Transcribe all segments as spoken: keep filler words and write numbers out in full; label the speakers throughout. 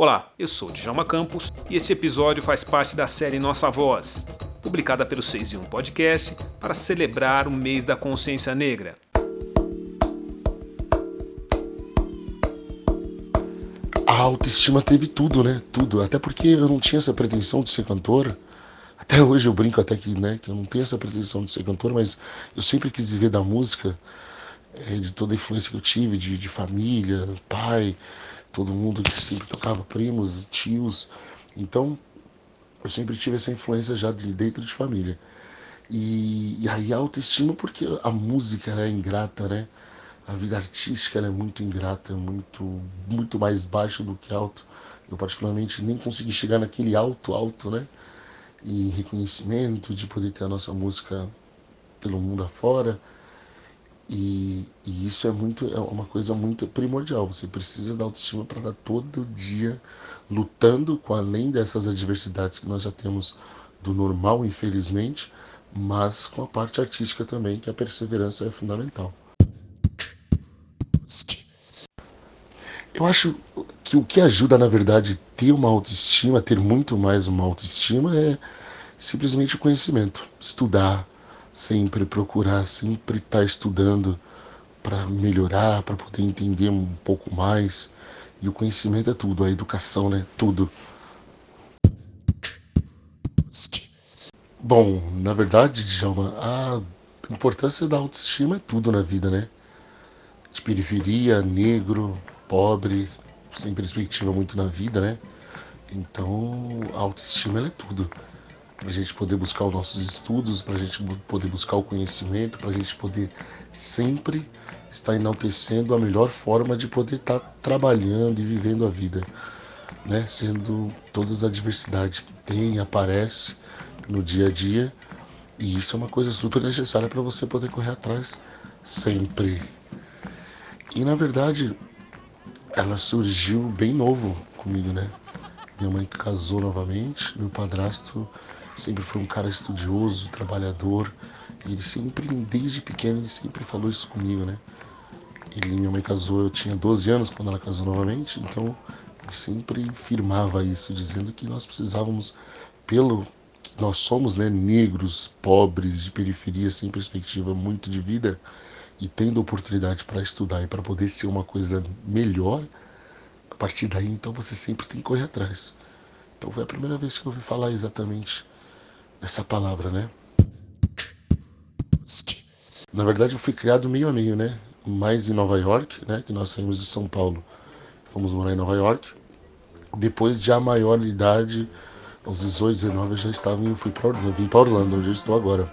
Speaker 1: Olá, eu sou Djalma Campos e este episódio faz parte da série Nossa Voz, publicada pelo seis e um Podcast para celebrar o mês da consciência negra.
Speaker 2: A autoestima teve tudo, né? Tudo. Até porque eu não tinha essa pretensão de ser cantor. Até hoje eu brinco até que, né, que eu não tenho essa pretensão de ser cantor, mas eu sempre quis viver da música, é, de toda a influência que eu tive, de, de família, pai, todo mundo que sempre tocava, primos, tios. Então, eu sempre tive essa influência já de dentro de família. E, e aí a autoestima, porque a música ela é ingrata, né? A vida artística ela é muito ingrata, muito, muito mais baixo do que alto. Eu particularmente nem consegui chegar naquele alto, alto, né? E reconhecimento, de poder ter a nossa música pelo mundo afora. E, e isso é muito é uma coisa muito primordial. Você precisa da autoestima para estar todo dia lutando com além dessas adversidades que nós já temos do normal, infelizmente, mas com a parte artística também, que a perseverança é fundamental. Eu acho que o que ajuda, na verdade, ter uma autoestima, ter muito mais uma autoestima, é simplesmente o conhecimento. Estudar, sempre procurar, sempre estar estudando para melhorar, para poder entender um pouco mais. E o conhecimento é tudo, a educação, né? Tudo. Bom, na verdade, Djalma, a importância da autoestima é tudo na vida, né? De periferia, negro, pobre, sem perspectiva muito na vida, né? Então, a autoestima ela é tudo. Para a gente poder buscar os nossos estudos, para a gente poder buscar o conhecimento, para a gente poder sempre estar enaltecendo a melhor forma de poder estar trabalhando e vivendo a vida, né? Sendo todas as adversidades que tem, aparece no dia a dia. E isso é uma coisa super necessária para você poder correr atrás sempre. E na verdade, ela surgiu bem novo comigo, né? Minha mãe casou novamente, meu padrasto sempre foi um cara estudioso, trabalhador, e ele sempre, desde pequeno, ele sempre falou isso comigo, né? Ele, minha mãe casou, eu tinha doze anos quando ela casou novamente, então ele sempre firmava isso, dizendo que nós precisávamos, pelo que nós somos, né, negros, pobres, de periferia, sem perspectiva muito de vida, e tendo oportunidade para estudar e para poder ser uma coisa melhor, a partir daí, então, você sempre tem que correr atrás. Então foi a primeira vez que eu ouvi falar exatamente essa palavra, né? Na verdade, eu fui criado meio a meio, né? Mais em Nova York, né? Que nós saímos de São Paulo, fomos morar em Nova York. Depois, já maior de idade, aos dezoito, dezenove, eu já estava eu fui para Orlando, eu vim para Orlando, onde eu estou agora.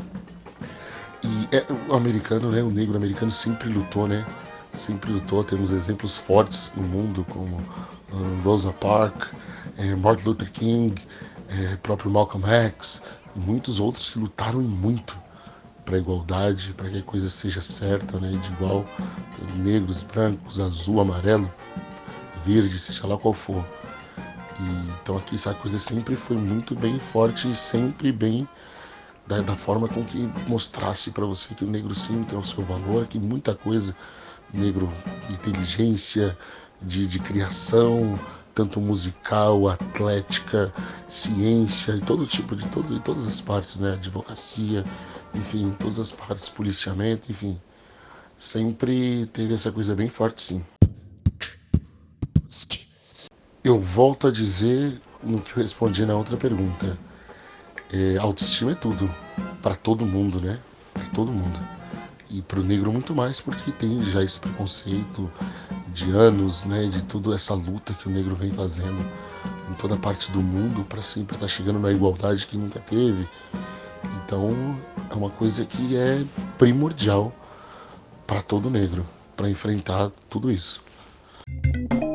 Speaker 2: E é, o americano, né? O negro americano sempre lutou, né? Sempre lutou. Temos exemplos fortes no mundo, como uh, Rosa Parks, eh, Martin Luther King, eh, próprio Malcolm X, e muitos outros que lutaram muito para a igualdade, para que a coisa seja certa, né, de igual, negros, brancos, azul, amarelo, verde, seja lá qual for. E, então aqui essa coisa sempre foi muito bem forte e sempre bem da, da forma com que mostrasse para você que o negro sim tem o seu valor, que muita coisa, negro de inteligência, de, de criação, tanto musical, atlética, ciência, e todo tipo de, todo, de todas as partes, né, advocacia, enfim, todas as partes, policiamento, enfim, sempre teve essa coisa bem forte, sim. Eu volto a dizer no que eu respondi na outra pergunta, é, autoestima é tudo, para todo mundo, né, para todo mundo. E para o negro muito mais, porque tem já esse preconceito de anos, né, de toda essa luta que o negro vem fazendo em toda parte do mundo para sempre estar chegando na igualdade que nunca teve. Então é uma coisa que é primordial para todo negro, para enfrentar tudo isso.